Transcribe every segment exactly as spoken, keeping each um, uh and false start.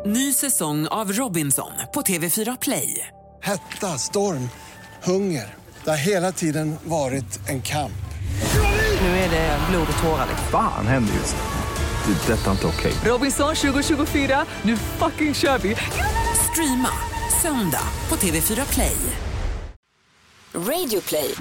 Ny säsong av Robinson på T V fyra Play. Hetta, storm, hunger. Det har hela tiden varit en kamp. Nu är det blod och tårar. Fan händer just det. Det är detta inte okej. Robinson tjugo tjugofyra, nu fucking kör vi. Streama söndag på T V fyra Play. Radio Play.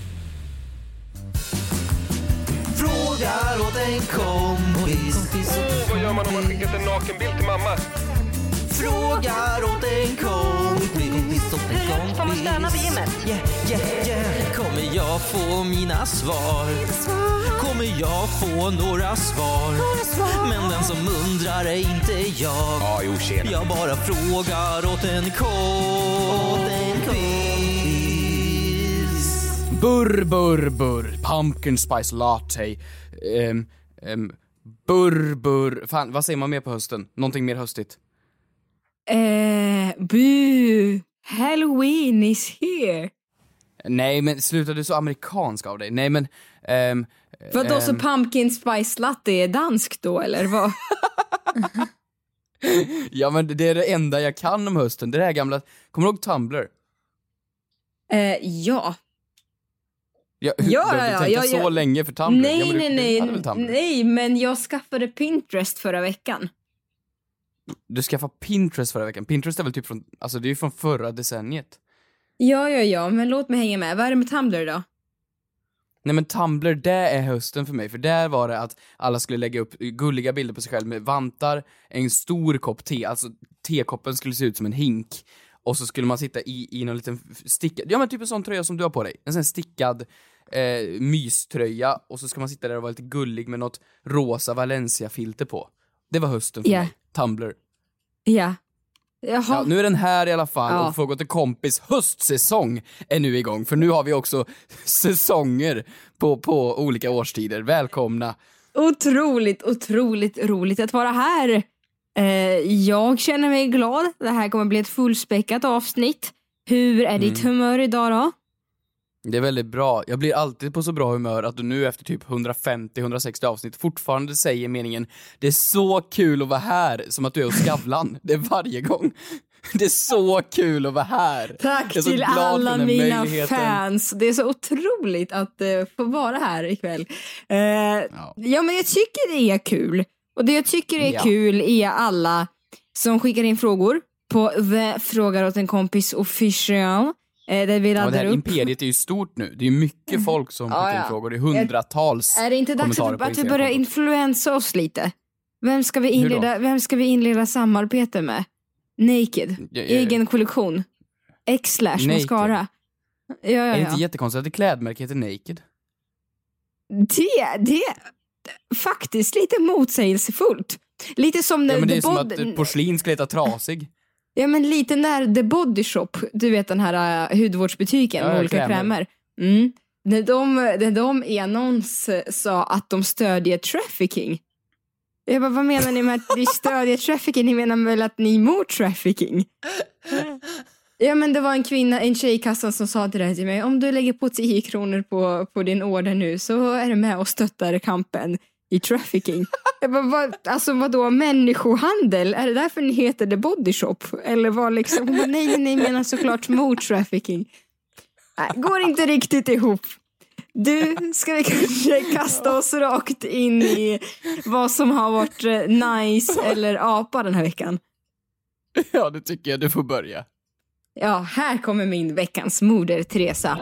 Frågar åt en kompis. Oh, vad gör man om man skickat en nakenbild till mamma? Frågar åt en kompis. Hur får man stöna vid gymmet? Yeah, yeah, yeah. Kommer jag få mina svar? Kommer jag få några svar? Men den som undrar är inte jag. Ja, jo, tjena. Jag bara frågar åt en kompis. Burr, burr, burr. Pumpkin spice latte. Um, um, burr, burr. Fan, vad säger man mer på hösten? Någonting mer höstigt. Eh, bu. Halloween is here. Nej, men sluta, du är så amerikansk av dig. Nej, men... Um, Vadå, um, så pumpkin spice latte är dansk då, eller vad? Ja, men det är det enda jag kan om hösten. Det är det här gamla... Kommer du ihåg Tumblr? Eh, ja. Ja, ja, du ja, har ja, tänkt ja, ja. så länge för Tumblr. Nej, ja, men nej, du, nej. du hade väl Tumblr? Nej, men jag skaffade Pinterest förra veckan. Du skaffade Pinterest förra veckan. Pinterest är väl typ från... Alltså, det är ju från förra decenniet. Ja, ja, ja, men låt mig hänga med. Vad är det med Tumblr då? Nej, men Tumblr, det är hösten för mig. För där var det att alla skulle lägga upp gulliga bilder på sig själv med vantar, en stor kopp te. Alltså, tekoppen skulle se ut som en hink. Och så skulle man sitta i, i någon liten stickad... Ja, men typ en sån tröja som du har på dig. En sån stickad eh, myströja. Och så ska man sitta där och vara lite gullig med något rosa Valencia-filter på. Det var hösten för Ja. mig. Tumblr. Ja. Jaha. Ja, nu är den här i alla fall, Ja. och Fråga till kompis höstsäsong är nu igång. För nu har vi också säsonger på, på olika årstider. Välkomna. Otroligt, otroligt roligt att vara här. Eh, jag känner mig glad. Det här kommer bli ett fullspäckat avsnitt. Hur är ditt humör idag då? Det är väldigt bra. Jag blir alltid på så bra humör att du nu efter typ hundrafemtio till hundrasextio avsnitt fortfarande säger meningen: det är så kul att vara här, som att du är hos Skavlan. Det är varje gång. Det är så kul att vara här. Tack Jag är så till glad för alla den här mina möjligheten. fans. Det är så otroligt att uh, få vara här ikväll. Uh, ja. ja, men jag tycker det är kul. Och det jag tycker är Ja. kul är alla som skickar in frågor på The Frågar åt en kompis official. Eh, där vi Ja, laddar det här upp. imperiet är ju stort nu. Det är ju mycket folk som skickar Ja, in ja. frågor. Det är hundratals Är det inte dags kommentarer att, på att vi Instagram. börjar influensa oss lite? Vem ska vi Hur då? inleda, vem ska vi inleda samarbete med? Naked. Ja, ja. Egen kollektion. X-slash Naked. mascara. Ja, ja, Är det ja. inte jättekonstigt att det klädmärket heter Naked? Det, det är faktiskt lite motsägelsefullt. Lite som när Ja, men det är The som Bod- att porslin ska heta trasig. Ja, men lite när The Body Shop, du vet den här uh, hudvårdsbutiken Ja, med olika krämer. krämer. Mm. När de, när de i annons uh, sa att de stödjer trafficking. Jag bara, vad menar ni med att ni stödjer trafficking? Ni menar väl att ni är emot trafficking? Ja, men det var en kvinna, en tjej i kassan som sa det där till mig: om du lägger på tio kronor på, på din order nu så är du med och stöttar kampen i trafficking. Jag bara, vad, alltså vadå, människohandel? Är det därför ni heter The Body Shop? Eller vad liksom? Hon bara, nej, nej, nej, menar såklart mot trafficking. Nej, går inte riktigt ihop. Du, ska vi kanske kasta oss rakt in i vad som har varit eh, nice eller apa den här veckan? Ja, det tycker jag. Du får börja. Ja, här kommer min veckans moder Teresa.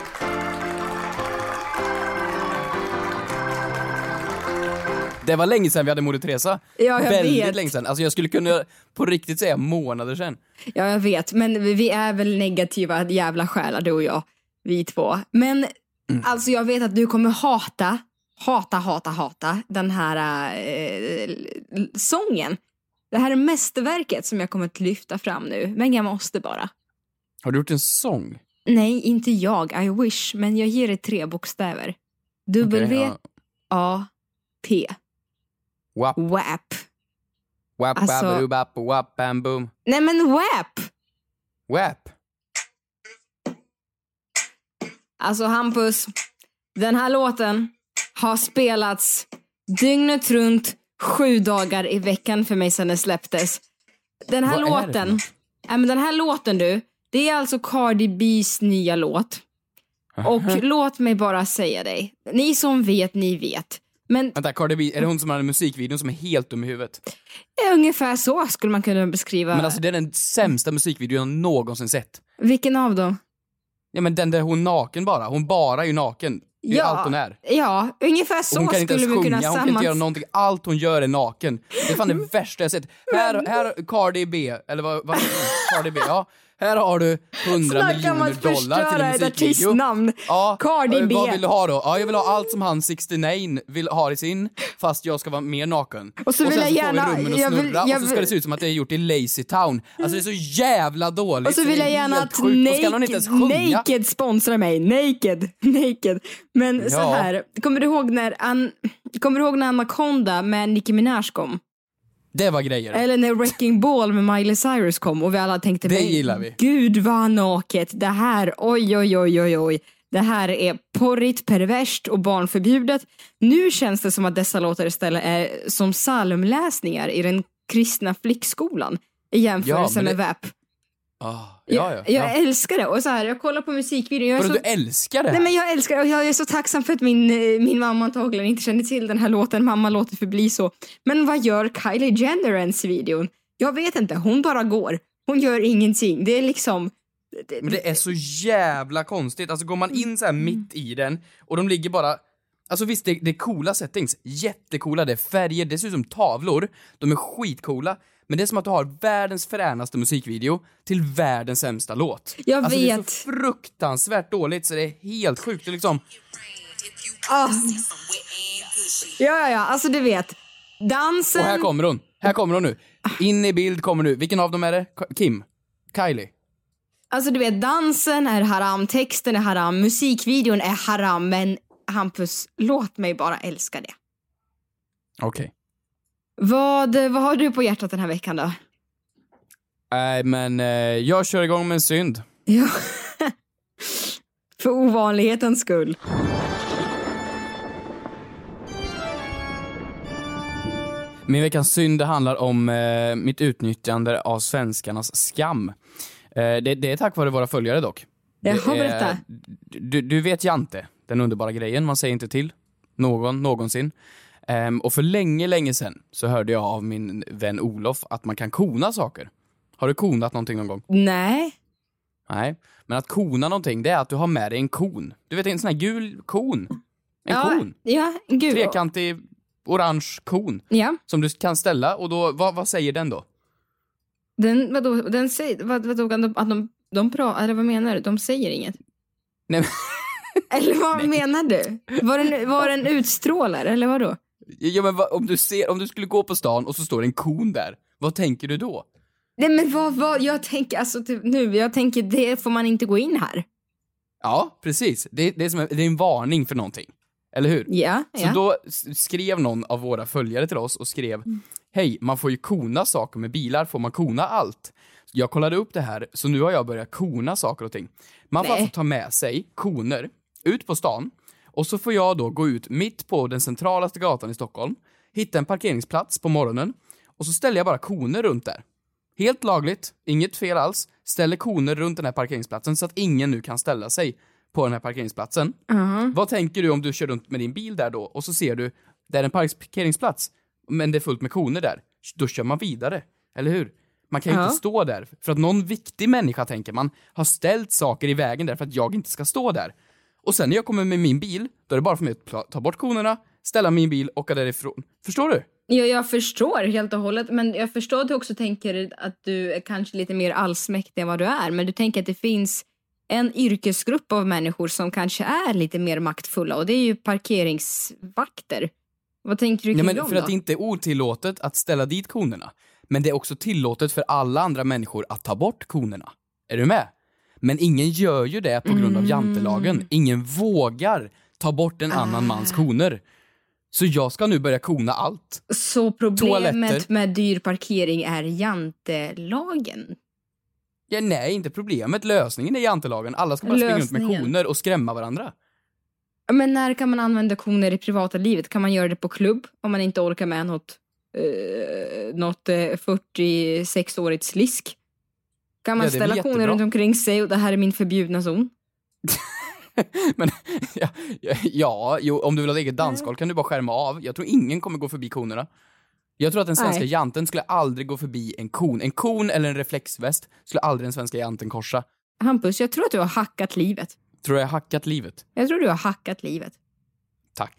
Det var länge sedan vi hade Moder Teresa. Ja, jag Väldigt vet. länge sedan. Alltså jag skulle kunna på riktigt säga månader sedan. Ja, jag vet. Men vi är väl negativa jävla själar, du och jag. Vi två. Men mm. alltså jag vet att du kommer hata, hata, hata, hata den här äh, sången. Det här är mästerverket som jag kommer att lyfta fram nu. Men jag måste bara. Har du gjort en sång? Nej, inte jag. I wish. Men jag ger det tre bokstäver. W A P. Wap. WAP. Wap, Alltså- wap, wap, wap, bam, boom. Nej, men WAP. Wap. Alltså Hampus, den här låten har spelats dygnet runt sju dagar i veckan för mig sedan den släpptes. Den här Vad är det låten, för något? ja, men den här låten du, det är alltså Cardi B's nya låt. Och låt mig bara säga dig, ni som vet, ni vet. Men Vänta, Cardi B, är det hon som har en musikvideo som är helt dum i huvudet? ungefär så skulle man kunna beskriva. Men alltså det är den sämsta musikvideon jag någonsin sett. Vilken av dem? Ja men den där hon naken bara, hon bara är ju naken. Det är ju allt hon är. Ja, ungefär så Hon kan inte skulle ens vi kunna sjunga, hon kan inte göra någonting. Allt hon gör är naken. Det är fan det värsta jag sett. Här, här Cardi B, eller vad, vad heter hon? Cardi B, ja. Här har du hundra Snacka om miljoner att dollar till förstöra en ett musikvideo. artistnamn. Ja, Cardi B. Vad vill du ha då? Ja, jag vill ha allt som han sextionio vill ha i sin, fast jag ska vara mer naken. Och så vill sen jag så gärna- får vi rummen och jag vill- snurra, jag och så ska vill- det se ut som att det är gjort i Lazy Town. Alltså det är så jävla dåligt. Och så vill det är jag gärna helt att sjukt. Och så kan hon inte ens sjunga. Naked sponsrar mig. Naked. Naked. Men så Ja. här, kommer du ihåg när An- kommer du ihåg när Anaconda med Nicki Minaj kom? Det var grejer. Eller när Wrecking Ball med Miley Cyrus kom och vi alla tänkte, Det men gillar vi. Gud vad naket. Det här, oj oj oj oj oj. Det här är porrigt, perverst och barnförbjudet. Nu känns det som att dessa låtar istället är som psalmläsningar i den kristna flickskolan i jämförelse Ja, men med det- V A P. Ah, ja, ja. Jag, jag ja. älskar det. Och så här, jag kollar på musikvideon. Jag är Vadå, så... du älskar det här? Nej, men jag älskar det. Och jag är så tacksam för att min, eh, min mamma antagligen inte kände till den här låten. Mamma låter förbli så. Men vad gör Kylie Jenner ens i videon? Jag vet inte. Hon bara går. Hon gör ingenting. Det är liksom... Det, Men det är så jävla konstigt. Alltså går man in så här mitt i den och de ligger bara... Alltså visst, det, det är coola settings. Jättecoola. Det är färger. Det ser ut som tavlor. De är skitcoola. Men det är som att du har världens fränaste musikvideo till världens sämsta låt. Jag alltså, det är vet. så fruktansvärt dåligt så det är helt sjukt. Det är liksom... Ah. Ja, ja, ja. Alltså du vet. Dansen... Och här kommer hon. Här kommer hon nu. In i bild kommer nu. Vilken av dem är det? Kim? Kylie? Alltså du vet, dansen är haram, texten är haram, musikvideon är haram, men Hampus, låt mig bara älska det. Okej. Okay. Vad, vad har du på hjärtat den här veckan då? Nej, men eh, jag kör igång med en synd. Ja. För ovanlighetens skull. Min veckans synd handlar om eh, mitt utnyttjande av svenskarnas skam. Eh, det, det är tack vare våra följare dock. Jaha, Det är- berätta. Du, du vet Jante, den underbara grejen man säger inte till någon någonsin. Ehm, och för länge, länge sedan så hörde jag av min vän Olof att man kan kona saker. Har du konat någonting någon gång? Nej. Nej. Men att kona någonting, det är att du har med dig en kon. Du vet, en sån här gul kon. En ja, kon. Ja, gud. Trekantig, orange kon. Ja. Som du kan ställa, och då, vad, vad säger den då? Den, vadå, den säger, vad, vadå, att de, att de, de pratar, eller vad menar du? De säger inget. Nej, men, Eller vad menar du? Var den, var den utstrålare, eller vadå? ja, men vad, om, du ser, om du skulle gå på stan och så står det en kon där, vad tänker du då? Nej men vad, vad, jag tänker, alltså typ, nu, jag tänker, det får man inte gå in här. Ja, precis. Det, det, är, som en, det är en varning för någonting. Eller hur? Ja, Så ja. då s- skrev någon av våra följare till oss och skrev: hej, man får ju kona saker med bilar, får man kona allt? Jag kollade upp det här, så nu har jag börjat kona saker och ting. Man får Nej. alltså ta med sig koner ut på stan, och så får jag då gå ut mitt på den centralaste gatan i Stockholm, hitta en parkeringsplats på morgonen, och så ställer jag bara koner runt där. Helt lagligt, inget fel alls. Ställer koner runt den här parkeringsplatsen så att ingen nu kan ställa sig på den här parkeringsplatsen. Uh-huh. Vad tänker du om du kör runt med din bil där då och så ser du, det är en parkeringsplats, men det är fullt med koner där. Då kör man vidare, eller hur? Man kan ju Ja. inte stå där, för att någon viktig människa, tänker man, har ställt saker i vägen där för att jag inte ska stå där. Och sen när jag kommer med min bil, då är det bara för mig att pla- ta bort konerna, ställa min bil och åka därifrån. Förstår du? Ja, jag förstår helt och hållet, men jag förstår att du också tänker att du är kanske lite mer allsmäktig än vad du är, men du tänker att det finns en yrkesgrupp av människor som kanske är lite mer maktfulla, och det är ju parkeringsvakter. Vad tänker du kring Nej, men dem för då? att det inte är otillåtet att ställa dit konerna. Men det är också tillåtet för alla andra människor att ta bort konerna. Är du med? Men ingen gör ju det på grund av Mm. jantelagen. Ingen vågar ta bort en annan Ah. mans koner. Så jag ska nu börja kona allt. Så problemet Toaletter. med dyr parkering är jantelagen? Ja, nej, inte problemet. Lösningen är jantelagen. Alla ska bara springa runt med Lösningen. koner och skrämma varandra. Men när kan man använda koner i privata livet? Kan man göra det på klubb om man inte orkar med något uh, något uh, fyrtiosex-årigt slisk. Kan man Ja, det är väl ställa koner jättebra. runt omkring sig och det här är min förbjudna zon? Men ja, ja, jo, om du vill ha ett eget dansgolv kan du bara skärma av. Jag tror ingen kommer gå förbi konerna. Jag tror att den svenska Nej. janten skulle aldrig gå förbi en kon. En kon eller en reflexväst skulle aldrig den svenska janten korsa. Hampus, jag tror att du har hackat livet. Tror du jag har hackat livet? Jag tror du har hackat livet. Tack.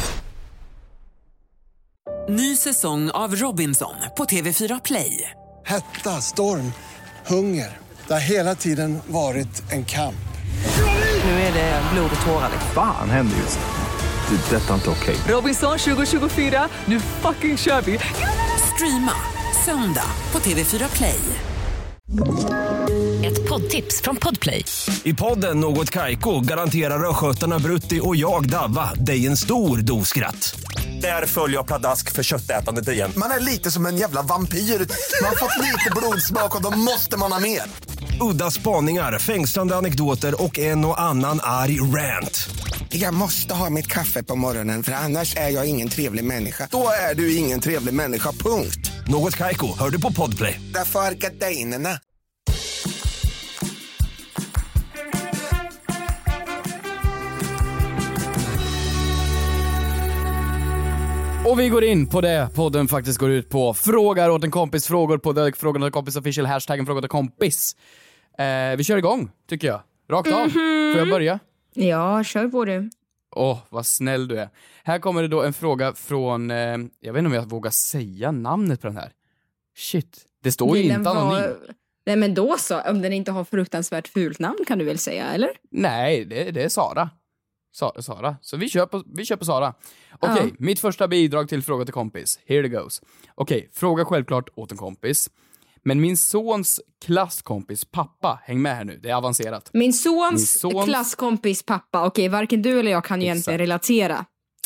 Ny säsong av Robinson på T V fyra Play. Hetta, storm, hunger. Det har hela tiden varit en kamp. Nu är det blod och tårar. Fan händer just det. Det är detta inte okej. Robinson tjugo tjugofyra, nu fucking kör vi. Streama söndag på T V fyra Play. Ett poddtips från Podplay. I podden Något Kaiko garanterar röskötarna Brutti och jag Davva dig en stor doskratt. Där följer jag pladask för köttätandet igen. Man är lite som en jävla vampyr. Man har fått lite blodsmak och då måste man ha mer. Udda spaningar, fängslande anekdoter och en och annan arg rant. Jag måste ha mitt kaffe på morgonen för annars är jag ingen trevlig människa. Då är du ingen trevlig människa, punkt. Något Kaiko, hör du på Podplay. Därför är gardinerna. Och vi går in på det podden faktiskt går ut på. Frågar åt en kompis, frågor på The Frågan åt en kompis official, hashtaggen fråga åt en kompis. Eh, vi kör igång, tycker jag. Rakt av. Mm-hmm. Får jag börja? Ja, kör på du. Åh, oh, vad snäll du är. Här kommer det då en fråga från, eh, jag vet inte om jag vågar säga namnet på den här. Shit, det står ju Vill inte den vara- anonym. Nej men då så, om den inte har fruktansvärt fult namn kan du väl säga, eller? Nej, det, det är Sara. Sa- Sara. Så vi kör på, vi kör på Sara. Okej, Ja. mitt första bidrag till Fråga till kompis. Here it goes. Okej, fråga självklart åt en kompis. Men min sons klasskompis pappa, häng med här nu, det är avancerat. Min sons, Min sons- klasskompis pappa, okej, varken du eller jag kan ju Exakt. egentligen relatera.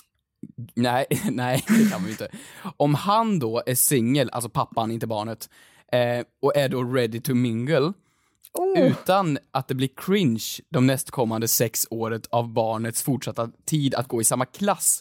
Nej, nej, det kan man ju inte. Om han då är singel, alltså pappan, inte barnet, eh, och är då ready to mingle, Oh. utan att det blir cringe de nästkommande sex året av barnets fortsatta tid att gå i samma klass,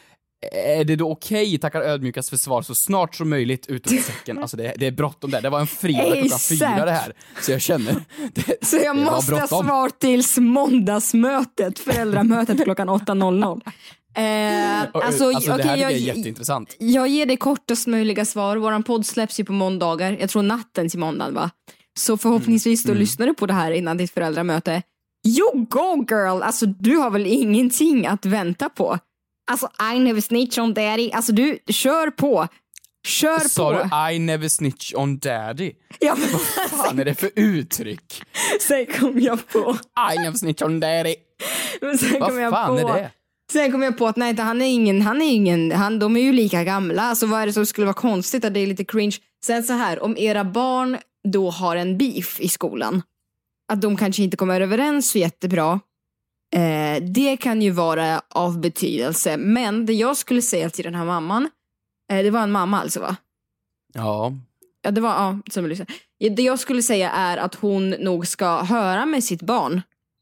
är det då okej, tackar ödmjukast för svar så snart som möjligt utom säcken. Alltså det, det är bråttom där. Det var en fredag klockan Exakt. fyra det här. Så jag känner det, Så jag det var måste ha bråttom. svar tills måndagsmötet, föräldramötet klockan åtta noll noll. Eh, alltså, Alltså, alltså det okej, här jag, är jätteintressant. jag ger det kortast möjliga svar. Våran podd släpps ju på måndagar. Jag tror natten till måndagen, va? Så förhoppningsvis Mm. då lyssnar du på det här innan ditt föräldramöte. You go girl! Alltså du har väl ingenting att vänta på. Alltså I never snitch on daddy. Alltså du, kör på. Kör Sa på. du I never snitch on daddy? Ja, men, Vad fan är det för uttryck? sen kom jag på. I never snitch on daddy. Men sen Vad kom jag fan på. är det? Sen kom jag på att nej, han är ingen, han är ingen, han, de är ju lika gamla. Alltså vad är det som skulle vara konstigt att det är lite cringe? Sen så här, om era barn då har en beef i skolan, att de kanske inte kommer överens så jättebra, eh, det kan ju vara av betydelse. Men det jag skulle säga till den här mamman, eh, det var en mamma alltså, va? Ja. Ja, det var, ja, som du säger. Det jag skulle säga är att hon nog ska höra med sitt barn.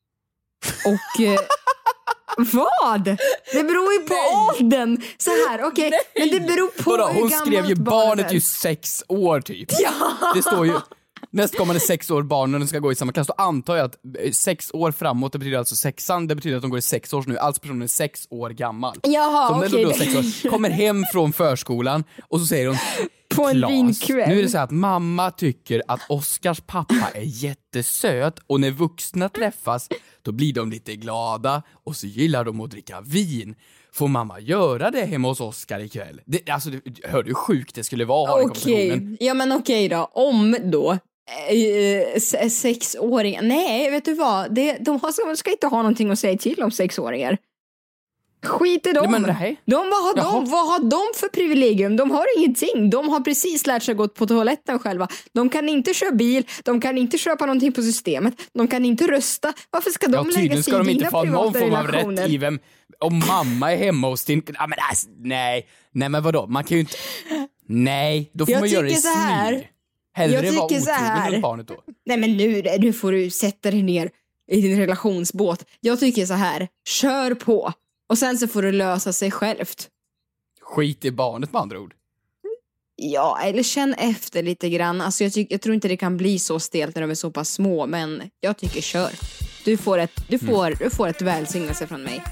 Och eh, vad? Det beror ju på åldern. Så här, okej, men det beror på Vadå, hur hon gammalt skrev ju barnet är. ju sex år typ. Ja. Det står ju nästkommande sex år barnen ska gå i samma klass. Då antar jag att eh, sex år framåt, det betyder alltså sexan, det betyder att de går i sex år nu. Alltså personen är sex år gammal. Jaha, så om den okej. då sex år, kommer hem från förskolan och så säger hon På en Klas, vinkväll. nu är det så här att mamma tycker att Oskars pappa är jättesöt och när vuxna träffas då blir de lite glada och så gillar de att dricka vin. Får mamma göra det hemma hos Oskar ikväll? Det, alltså, det, hör du hur sjukt det skulle vara att ha den konversationen? Okej, ja men okej då. Om då eh, se- sexåringar, nej vet du vad, det, de har, de ska inte ha någonting att säga till om sexåringar. Skit i dem. Nej, men nej. De, vad, har Jaha. de, vad har de för privilegium? De har ingenting. De har precis lärt sig gå på toaletten själva. De kan inte köra bil, de kan inte köpa någonting på systemet, de kan inte rösta. Varför ska de Ja, lägga tydligen sig ska i de dina inte få någon privata form av relationer? rätt i vem, om mamma är hemma hos din, ja men alltså, nej, nej men vadå, man kan ju inte, nej, då får Jag man göra det i tycker så här. smyg. Hellre Jag vara tycker så här. otrogen mot barnet då. Nej men nu, nu får du sätta dig ner i din relationsbåt. Jag tycker så här, kör på. Och sen så får du lösa sig självt. Skit i barnet med andra ord. Ja, eller känn efter lite grann. Alltså jag, tyck, jag tror inte det kan bli så stelt när de är så pass små. Men jag tycker kör. Du får ett, du får, mm. du får ett välsignelse från mig.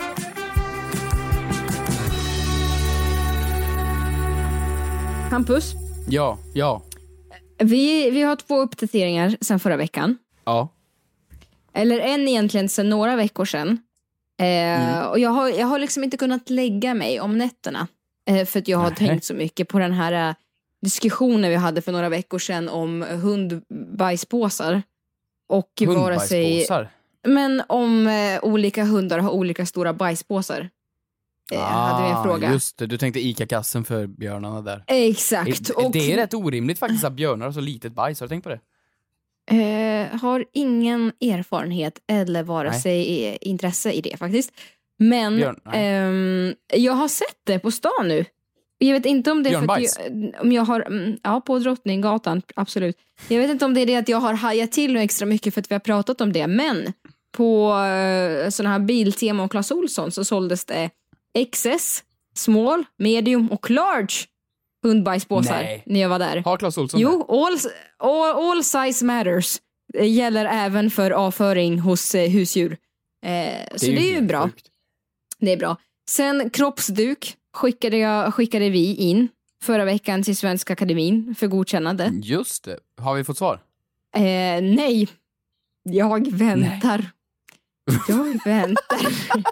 Hampus? Ja, ja. Vi, vi har två uppdateringar sen förra veckan. Ja. Eller en egentligen sen några veckor sedan. Eh, mm. Och jag har, jag har liksom inte kunnat lägga mig om nätterna. Eh, för att jag har Nej. tänkt så mycket på den här uh, diskussionen vi hade för några veckor sedan om hundbajspåsar. Och vare sig, men om uh, olika hundar har olika stora bajspåsar. Eh, ah, hade vi en fråga. Just det, du tänkte Ica-kassen för björnarna där. Exakt. Det, och, det är rätt orimligt faktiskt att björnar har så litet bajs, har du tänkt på det? Eh, har ingen erfarenhet eller vare sig intresse i det faktiskt. Men Björn, eh, jag har sett det på stan nu. Jag vet inte om det är för att jag, om jag har, ja, på Drottninggatan, absolut. Jag vet inte om det är det att jag har hajat till extra mycket för att vi har pratat om det. Men på eh, sådana här Biltema och Clas Ohlson så såldes det X S, small, medium och large hundbajspåsar. Nej. När jag var där. Har Clas Ohlson Jo, all, all, all size matters. Det gäller även för avföring hos eh, husdjur. Eh, det så det är ju bra. Sjukt. Det är bra. Sen kroppsduk skickade, jag, skickade vi in förra veckan till Svenska Akademin för godkännande. Just det. Har vi fått svar? Eh, nej. Jag väntar. Nej. Jag väntar.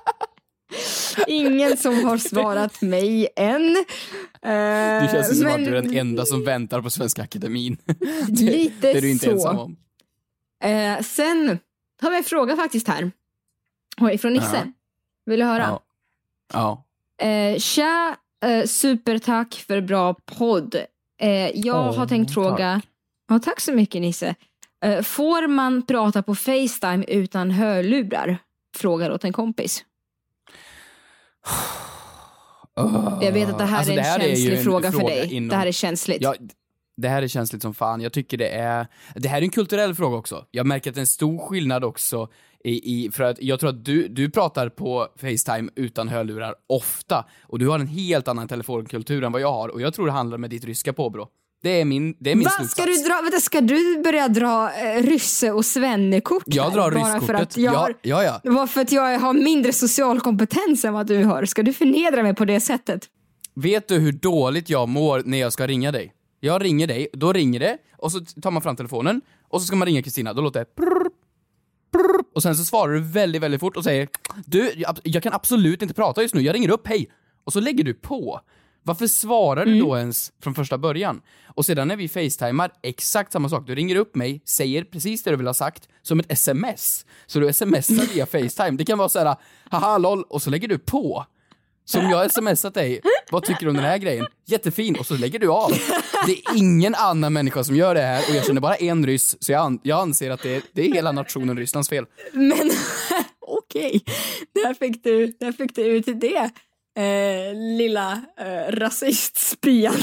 Ingen som har svarat mig än. Det känns uh, som men... att du är den enda som väntar på Svenska Akademin. det, Lite det är du inte så. ensam om. Uh, sen har vi en fråga faktiskt här. Ifrån Nisse. Uh-huh. Vill du höra? Ja. Uh. Uh, tja, uh, supertack för bra podd. Uh, jag oh, har tänkt fråga. Ja, tack så mycket Nisse. Uh, får man prata på FaceTime utan hörlurar? Frågar åt en kompis. Oh. Jag vet att det här alltså, är en känslig är fråga, fråga för dig. Inom... Det här är känsligt. Ja, det här är känsligt som fan. Jag tycker det är... Det här är en kulturell fråga också. Jag märker att det är en stor skillnad också i... i för att jag tror att du, du pratar på FaceTime utan hörlurar ofta. Och du har en helt annan telefonkultur än vad jag har. Och jag tror det handlar med ditt ryska påbrå. Det är min, det är min Va, slutsats. Ska du, dra, vänta, ska du börja dra eh, rysse- och svennekort? Jag drar rysskortet. Ja, ja, ja. Det var för att jag har mindre social kompetens än vad du har. Ska du förnedra mig på det sättet? Vet du hur dåligt jag mår när jag ska ringa dig? Jag ringer dig, då ringer det. Och så tar man fram telefonen. Och så ska man ringa Kristina. Då låter det prrr, prrr, och sen så svarar du väldigt, väldigt fort och säger: Du, jag, jag kan absolut inte prata just nu. Jag ringer upp, hej. Och så lägger du på. Varför svarar du mm. då ens från första början? Och sedan när vi facetimar, exakt samma sak. Du ringer upp mig, säger precis det du vill ha sagt som ett sms. Så du smsar via FaceTime. Det kan vara så här: haha lol, och så lägger du på. Som jag har smsat dig, vad tycker du om den här grejen? Jättefin, och så lägger du av. Det är ingen annan människa som gör det här. Och jag känner bara en ryss, så jag, an- jag anser att det är, det är hela nationen Rysslands fel. Men okej, okay. där, fick du, där fick du ut det. Eh, lilla eh, rasistspyan.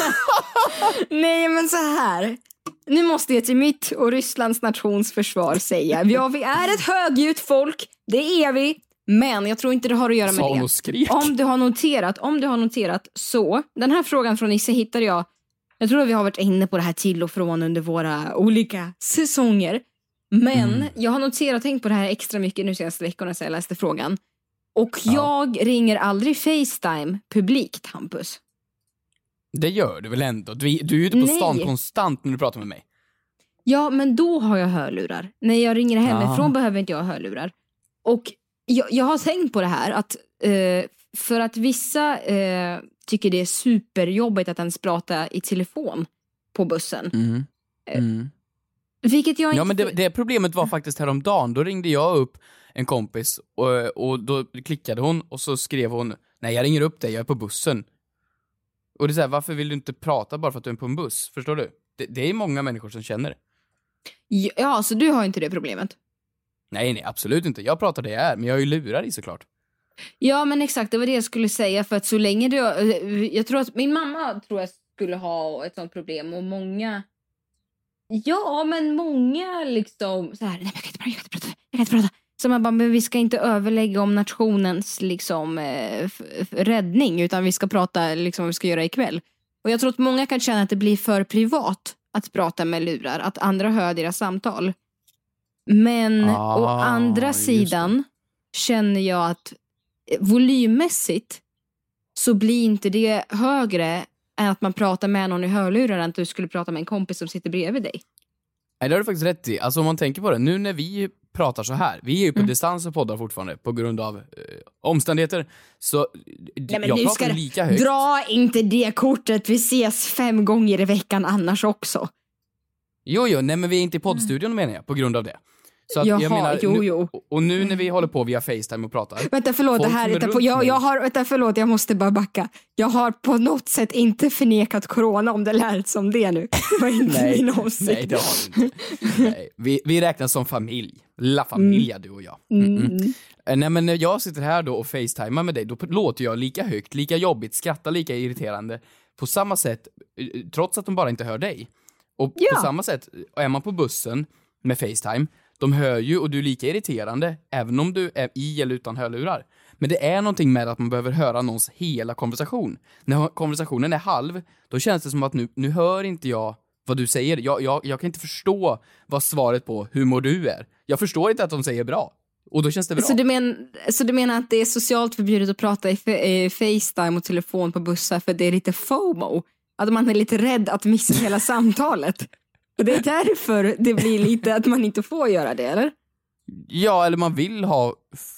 Nej men så här. Nu måste jag till mitt och Rysslands nations försvar säga: ja, vi är ett högljutt folk. Det är vi. Men jag tror inte det har att göra med det. Om du har noterat, om du har noterat så, den här frågan från Nisse hittade jag. Jag tror att vi har varit inne på det här till och från under våra olika säsonger. Men mm. jag har noterat och tänkt på det här extra mycket nu senaste veckorna så jag läste frågan. Och ja. jag ringer aldrig FaceTime publikt, Hampus. Det gör du väl ändå? Du, du är ute på Nej. stan konstant när du pratar med mig. Ja, men då har jag hörlurar. När jag ringer hemifrån ah. behöver inte jag hörlurar. Och jag, jag har tänkt på det här att eh, för att vissa eh, tycker det är superjobbigt att ens prata i telefon på bussen. Mm. Mm. Vilket jag inte... Ja, men det, det problemet var faktiskt häromdagen. Då ringde jag upp en kompis och, och då klickade hon och så skrev hon: nej, jag ringer upp dig, jag är på bussen. Och det är så här, varför vill du inte prata bara för att du är på en buss? Förstår du? Det, det är många människor som känner det. Ja, så du har inte det problemet? Nej, nej, absolut inte. Jag pratar det jag är, men jag har ju lurar i såklart. Ja, men exakt, det var det jag skulle säga. För att så länge du... Jag tror att min mamma tror jag skulle ha ett sånt problem. Och många... Ja, men många liksom... Så här, nej, jag kan inte prata, jag kan inte prata. Jag kan inte prata. Så man bara, men vi ska inte överlägga om nationens liksom, eh, f- f- räddning. Utan vi ska prata liksom vad vi ska göra ikväll. Och jag tror att många kan känna att det blir för privat att prata med lurar, att andra hör deras samtal. Men Ah, å andra just sidan känner jag att volymmässigt så blir inte det högre än att man pratar med någon i hörlurar än att du skulle prata med en kompis som sitter bredvid dig. Nej, det har du faktiskt rätt i. Alltså om man tänker på det, nu när vi pratar så här, vi är ju på mm. distans och poddar fortfarande på grund av eh, omständigheter, så Nej, men jag nu pratar ska lika högt. Dra inte det kortet, vi ses fem gånger i veckan annars också. Jo, jo, nej men vi är inte i poddstudion menar jag, på grund av det. Så att Jaha, jag menar, jo, nu, jo. och nu när vi håller på via FaceTime och pratar. Vänta, förlåt, det här, vänta, på, jag, jag har, vänta, förlåt, jag måste bara backa. Jag har på något sätt inte förnekat corona om det lät som det nu. Det var inte nej, min åsikt. Nej, det har du inte. Nej, vi, vi räknas som familj. La Familia, mm. du och jag. Mm. Mm. Nej, men när jag sitter här då och FaceTimear med dig, då låter jag lika högt, lika jobbigt, skrattar lika irriterande. På samma sätt, trots att de bara inte hör dig. Och ja. på samma sätt, är man på bussen med FaceTime, de hör ju och du är lika irriterande även om du är i eller utan hörlurar. Men det är någonting med att man behöver höra någons hela konversation. När konversationen är halv, då känns det som att nu, nu hör inte jag vad du säger. Jag, jag, jag kan inte förstå vad svaret på hur mår du är. Jag förstår inte att de säger bra. Och då känns det bra. Så du, men, så du menar att det är socialt förbjudet att prata i f- FaceTime och telefon på bussar för det är lite FOMO? Att man är lite rädd att missa hela samtalet? Och det är därför det blir lite att man inte får göra det, eller? Ja, eller man vill ha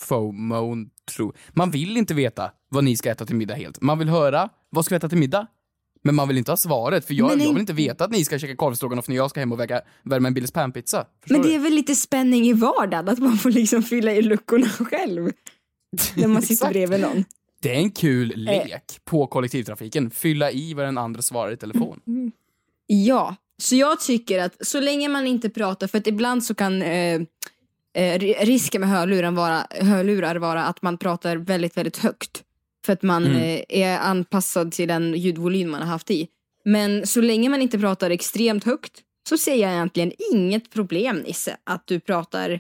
FOMO, tro. Man vill inte veta vad ni ska äta till middag helt. Man vill höra, vad ska vi äta till middag? Men man vill inte ha svaret, för jag, Men jag vill in... inte veta att ni ska käka korvstroganoff när jag ska hem och väga, värma en Billys panpizza. Men det är väl lite spänning i vardagen, att man får liksom fylla i luckorna själv när man sitter bredvid någon. Det är en kul lek eh. på kollektivtrafiken. Fylla i vad den andra svarar i telefon. Mm. Ja, så jag tycker att så länge man inte pratar, för att ibland så kan eh, eh, risken med hörlurar vara, hörlurar vara att man pratar väldigt, väldigt högt. För att man mm. eh, är anpassad till den ljudvolym man har haft i. Men så länge man inte pratar extremt högt så ser jag egentligen inget problem, Nisse, att du pratar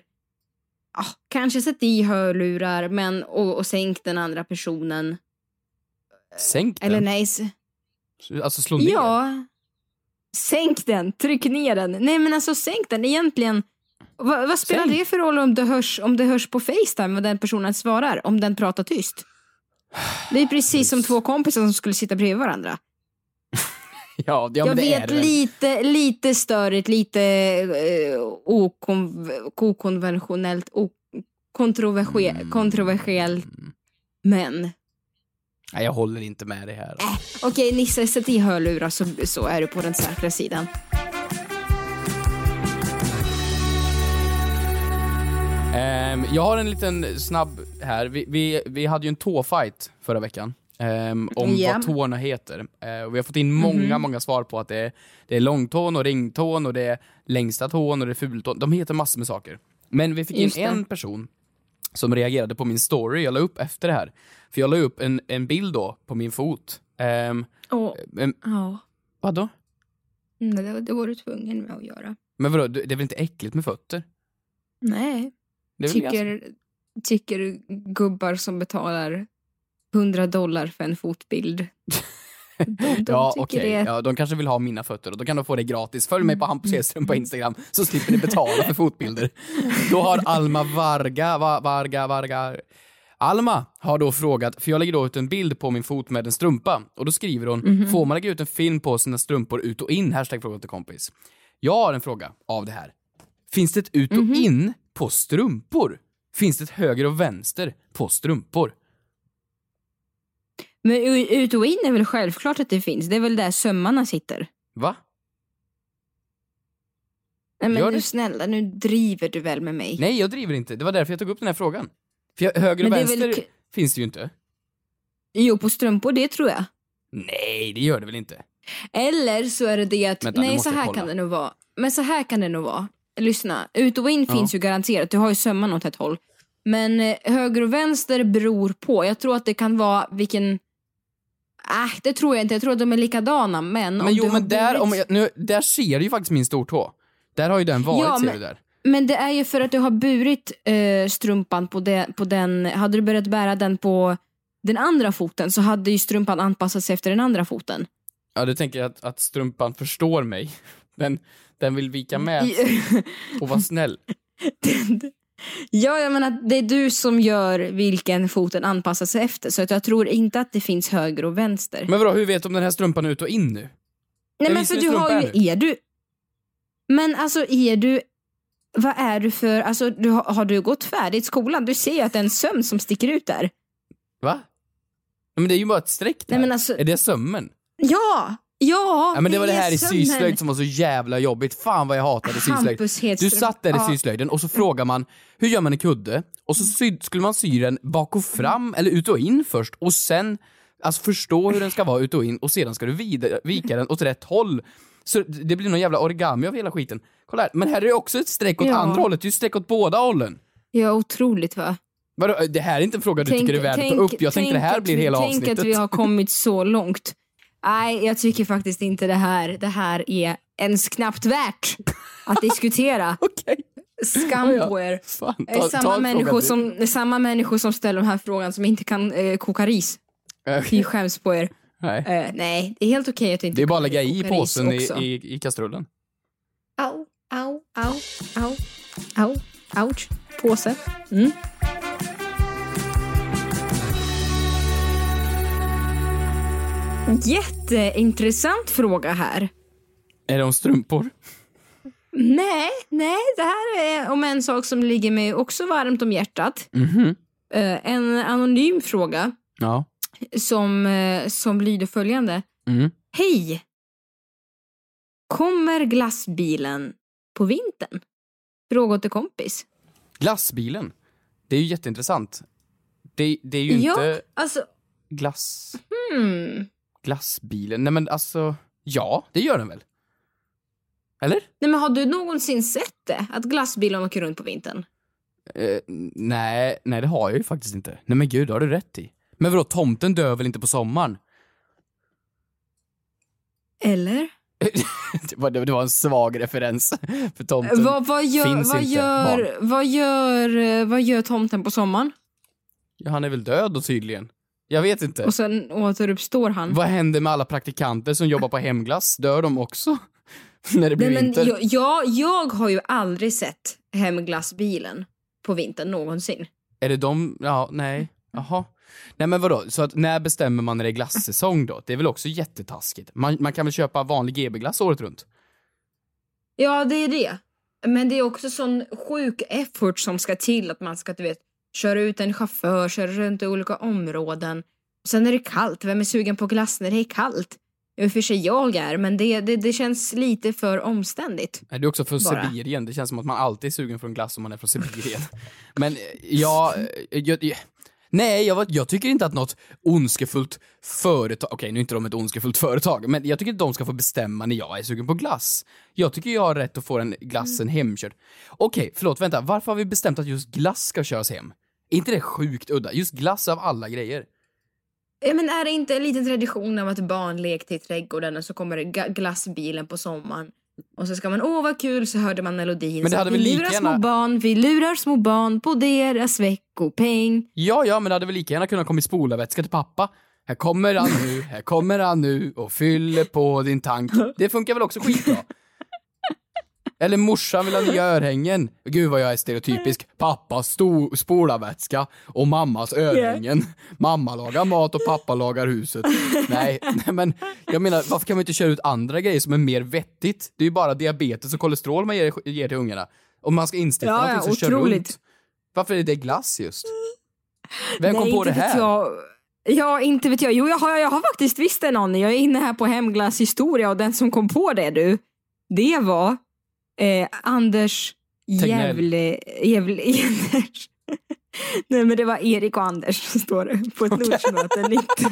ah, kanske sätt i hörlurar men, och, och sänk den andra personen. Sänk den? Eller nej. Alltså slå ner? Ja. Sänk den, tryck ner den. Nej men alltså sänk den egentligen. Va, vad spelar sänk. det för roll om det hörs, om det hörs på FaceTime vad den personen svarar, om den pratar tyst? Det är precis som två kompisar som skulle sitta bredvid varandra. Ja, ja, jag men det vet är det lite, lite störigt, lite uh, okon- okonventionellt, okontroversiellt, mm. kontroversiellt, men... Nej, jag håller inte med det här. Äh, Okej, okay, Nisse, sätt i hörlurar så, så är du på den säkra sidan. Um, jag har en liten snabb här. Vi, vi, vi hade ju en tåfight förra veckan. Um, om yeah. vad tårna heter. Uh, och vi har fått in många, mm-hmm. många svar på att det är, det är långtån och ringtån och det är längsta tån och det är fultån. De heter massor med saker. Men vi fick Just in det. en person som reagerade på min story. Jag la upp efter det här. För jag la upp en, en bild då på min fot. Um, oh. um, oh. Vad då? Mm, det, det var du tvungen med att göra. Men vadå, det är väl inte äckligt med fötter? Nej. Tycker, tycker gubbar som betalar hundra dollar för en fotbild. De, de ja, okej. Okay. Det... Ja, de kanske vill ha mina fötter och då kan de få det gratis. Följ mig på Hampus Hedström på Instagram så slipper ni betala för fotbilder. Då har Alma Varga, va, Varga, Varga... Alma har då frågat, för jag lägger då ut en bild på min fot med en strumpa. Och då skriver hon, mm-hmm. får man lägga ut en film på sina strumpor ut och in? Hashtag fråga till kompis. Jag har en fråga av det här. Finns det ett ut och mm-hmm. in på strumpor? Finns det ett höger och vänster på strumpor? Men ut och in är väl självklart att det finns. Det är väl där sömmarna sitter. Va? Nej men du snälla, nu driver du väl med mig. Nej, jag driver inte. Det var därför jag tog upp den här frågan. För jag, höger och vänster väl... finns det ju inte. Jo, på strumpor, det tror jag. Nej, det gör det väl inte. Eller så är det det att... Vänta, nej, så här kan det nog vara. Men så här kan det nog vara. Lyssna, ut och in ja. finns ju garanterat. Du har ju sömman åt ett håll. Men eh, höger och vänster beror på. Jag tror att det kan vara vilken... Äh, det tror jag inte. Jag tror att de är likadana. Men, men om jo, du men där, burit... om jag, nu, där ser du ju faktiskt min stortå. Där har ju den varit, ja, ser men, du där. Men det är ju för att du har burit eh, strumpan på, de, på den... Hade du börjat bära den på den andra foten så hade ju strumpan anpassat sig efter den andra foten. Ja, du tänker att, att strumpan förstår mig. Den, den vill vika med och vara snäll. Ja, jag menar det är du som gör vilken foten anpassar sig efter. Så att jag tror inte att det finns höger och vänster. Men vadå, hur vet du om den här strumpan är ut och in nu? Nej, jag men för du har ju, är du... Men alltså är du... Vad är du för... Alltså du, har, har du gått färdigt skolan? Du ser ju att det är en söm som sticker ut där. Va? Men det är ju bara ett streck där. Nej, men alltså... Är det sömmen? Ja! Ja, ja, men det, det var det här i sömmen. syslöjd som var så jävla jobbigt. Fan vad jag hatade syslöjd. Du satt där i ja. syslöjden och så frågar man, hur gör man en kudde? Och så sy, skulle man sy den bak och fram eller ut och in först. Och sen alltså förstå hur den ska vara ut och in. Och sedan ska du vid, vika den åt rätt håll. Så det blir någon jävla origami av hela skiten. Kolla här, men här är det också ett streck åt ja. andra hållet. Det är ju streck åt båda hållen. Ja, otroligt va? Vadå, det här är inte en fråga du tänk, tycker är värd att ta upp. Jag tänkte det här blir hela tänk avsnittet. Tänk att vi har kommit så långt. Nej, jag tycker faktiskt inte det här Det här är ens knappt värt att diskutera. Okej. Skam på er. Fan, ta, samma, ta människor som, samma människor som ställer de här frågan som inte kan eh, koka ris. Okay. Vi skäms på er. Nej. Uh, nej, det är helt okej okay att det inte det är bara att lägga i påsen i, i, i kastrullen. Au, au, au, au, au, ouch, påse. Mm. Jätteintressant fråga här. Är det om strumpor? Nej, nej, det här är om en sak som ligger mig också varmt om hjärtat. Mm-hmm. Uh, en anonym fråga. Ja. Som, uh, som lyder följande. Mm. Hej! Kommer glassbilen på vintern? Fråga till kompis. Glassbilen? Det är ju jätteintressant. Det, det är ju ja, inte... alltså... Glass... Hmm... Glassbilen, nej men alltså, ja, det gör den väl? Eller? Nej, men har du någonsin sett det? Att glassbilen åker runt på vintern? Eh, nej, nej det har jag ju faktiskt inte. Nej men gud, det har du rätt i. Men vadå, tomten dör väl inte på sommaren? Eller? det, var, det var en svag referens. För tomten vad, vad gör, finns vad inte. Gör, vad, gör, vad gör tomten på sommaren? Ja, han är väl död då tydligen. Jag vet inte. Och sen återuppstår han. Vad händer med alla praktikanter som jobbar på hemglass? Dör de också? När det blir Nej, men vinter? jag, jag, jag har ju aldrig sett hemglassbilen på vintern någonsin. Är det de? Ja, nej. Jaha. Nej men vadå? Så att när bestämmer man när det är glassäsong då? Det är väl också jättetaskigt. Man, man kan väl köpa vanlig G B-glass året runt? Ja, det är det. Men det är också sån sjuk effort som ska till att man ska, du vet, köra ut en chaufför, köra runt i olika områden. Sen är det kallt. Vem är sugen på glass när det är kallt? I och för sig jag är, men det, det, det känns lite för omständigt. Nej, det är också från bara. Sibirien. Det känns som att man alltid är sugen för en glass om man är från Sibirien. Men jag... jag, jag nej, jag, jag tycker inte att något ondskefullt företag... Okej, nu är inte de ett ondskefullt företag, men jag tycker att de ska få bestämma när jag är sugen på glass. Jag tycker jag har rätt att få den glassen mm. hemkörd. Okej, förlåt, vänta. Varför har vi bestämt att just glass ska köras hem? Är inte det sjukt udda? Just glass av alla grejer. Men är det inte en liten tradition av att barn lekte i trädgården och så kommer det glassbilen på sommaren? Och så ska man, åh vad kul, så hörde man melodin. Men det hade vi väl lurar lika små gärna... barn, vi lurar små barn på deras veckopeng. Ja, ja, men det hade väl lika gärna kunnat komma i spolarvätska till pappa. Här kommer han nu, här kommer han nu och fyller på din tank. Det funkar väl också skitbra. Eller morsan vill ha nya örhängen. Gud vad jag är stereotypisk. Pappas sto- spolarvätska och mammas örhängen. Yeah. Mamma lagar mat och pappa lagar huset. Nej, nej, men jag menar, varför kan man inte köra ut andra grejer som är mer vettigt? Det är ju bara diabetes och kolesterol man ger, ger till ungarna. Om man ska instifta ja, någonting så ja, kör runt. Varför är det glass just? Vem nej, kom på det här? Jag. Ja, inte vet jag. Jo, jag har, jag har faktiskt visst en aning. Jag är inne här på Hemglass historia och den som kom på det, du, det var eh, Anders Jävle... Jävle... Anders. Nej, men det var Erik och Anders, står det på ett okay. lunchmöte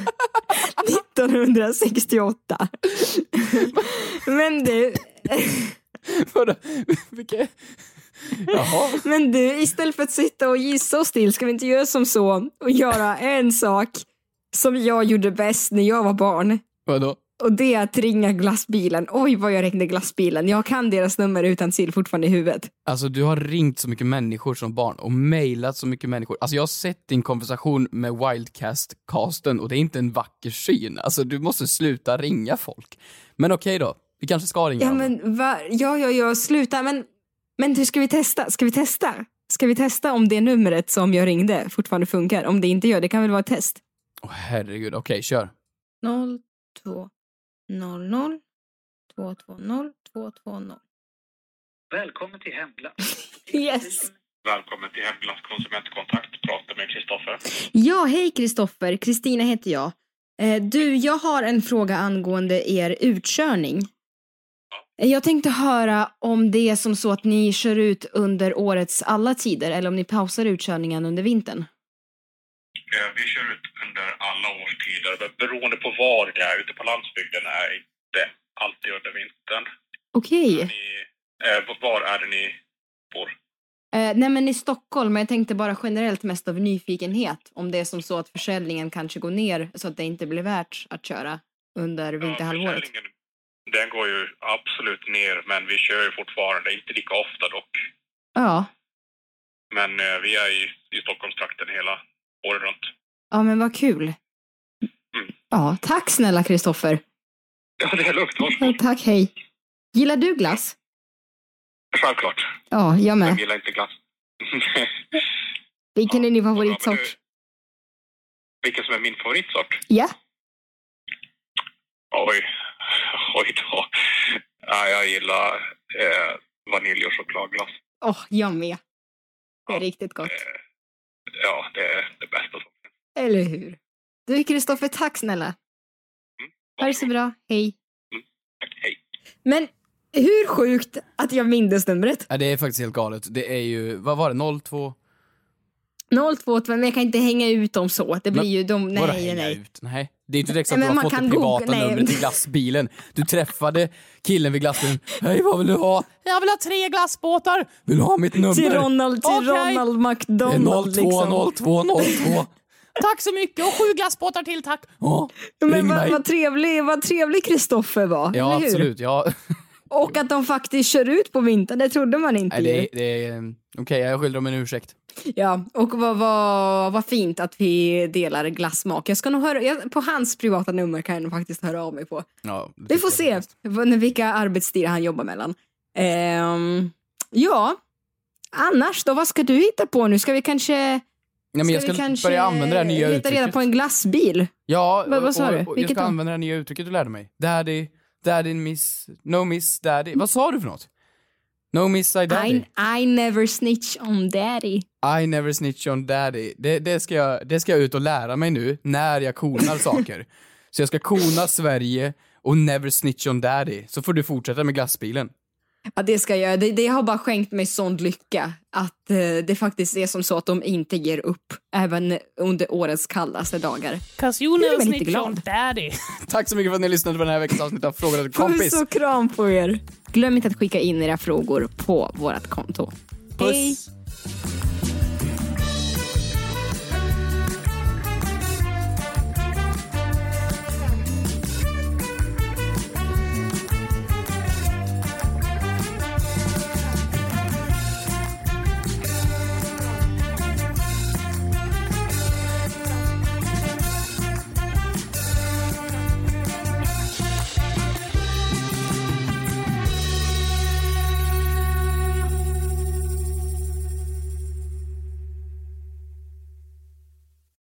nittonhundrasextioåtta. Men du... Vadå? Vilka... Jaha. Men du, istället för att sitta och gissa och still, ska vi inte göra som så och göra en sak som jag gjorde bäst när jag var barn? Vadå? Och det är att ringa glassbilen. Oj, vad jag ringde glassbilen. Jag kan deras nummer utan till fortfarande i huvudet. Alltså du har ringt så mycket människor som barn och mejlat så mycket människor. Alltså jag har sett din konversation med Wildcast-casten och det är inte en vacker syn. Alltså du måste sluta ringa folk. Men okej då, vi kanske ska ringa Ja, dem. men va? Ja, ja, ja, sluta. Men, men hur ska vi testa? Ska vi testa? Ska vi testa om det numret som jag ringde fortfarande funkar? Om det inte gör, det kan väl vara ett test. Åh oh, herregud, okej, kör. noll två noll noll två två noll två två noll. Välkommen till Hemglass. Yes. Välkommen till Hemglass konsumentkontakt. Prata med Kristoffer. Ja, hej Kristoffer. Kristina heter jag. Eh, du, jag har en fråga angående er utkörning. Ja. Jag tänkte höra om det är som så att ni kör ut under årets alla tider eller om ni pausar utkörningen under vintern. Vi kör ut under alla årstider. Men beroende på var det är ute på landsbygden är inte alltid under vintern. Okej. Okay. Eh, var är det ni bor? Eh, nej men i Stockholm, men jag tänkte bara generellt mest av nyfikenhet. Om det är som så att försäljningen kanske går ner så att det inte blir värt att köra under vinterhalvåret. Ja, den går ju absolut ner, men vi kör ju fortfarande, inte lika ofta dock. Ja. Men eh, vi är i, i Stockholmstrakten hela året runt. Ja, men vad kul. Mm. Ja, tack snälla Kristoffer. Ja, det är lugnt. Ja, tack, hej. Gillar du glass? Självklart. Ja, jag med. Jag gillar inte glass. Vilken ja, är din favoritsort? Du, vilken som är min favoritsort? Ja. Oj, oj då. Ja, jag gillar eh, vanilj och chokladglass. Åh, oh, jag med. Det är ja, riktigt gott. Eh, ja, det är det bästa. Eller hur? Du Kristoffer, tack snälla. Mm, ha det så bra, hej. Mm, tack, hej. Men hur sjukt att jag mindes numret? Ja, det är faktiskt helt galet. Det är ju, vad var det, noll två? noll två, men jag kan inte hänga ut dem så. Det blir men, ju de, nej, nej. hänga ut? Nej. Det är inte direkt så att nej, du har fått det privata googla, numret i glassbilen. Du träffade killen vid glassbilen. Hej, vad vill du ha? Jag vill ha tre glassbåtar. Vill du ha mitt nummer? Till Ronald, till okay. Ronald McDonald. noll två noll två noll två. Tack så mycket och sju glassbåtar till, tack. Oh, men vad, vad trevlig, vad trevlig Kristoffer var. Ja, absolut. Ja. Och att de faktiskt kör ut på vintern, det trodde man inte. Nej, det, det är okej, okay, jag skyller dem en ursäkt. Ja, och vad, vad, vad fint att vi delar glassmak. Jag ska nog höra, jag, på hans privata nummer kan jag nog faktiskt höra av mig på. Ja, vi får se vilka arbetstider han jobbar mellan. Ehm, ja, annars då, vad ska du hitta på nu? Ska vi kanske... Nej, men jag ska, ska börja använda det här nya uttrycket. Leta reda på en glassbil? Ja, vad, vad sa och, du? Och, och jag ska då? använda det här nya uttrycket du lärde mig. Daddy, daddy miss, no miss daddy. Vad sa du för något? No miss I daddy. I, I never snitch on daddy. I never snitch on daddy. Det, det, ska jag, det ska jag ut och lära mig nu när jag konar saker. Så jag ska kona Sverige och never snitch on daddy. Så får du fortsätta med glassbilen. Ja, det ska jag. Det, det har bara skänkt mig sån lycka att eh, det faktiskt är som så att de inte ger upp även under årets kallaste dagar. Cause you never snitch on daddy. Tack så mycket för att ni lyssnade på den här veckans avsnitt av Fråga till kompis. Puss och kram på er. Glöm inte att skicka in era frågor på vårat konto. Puss. Hej.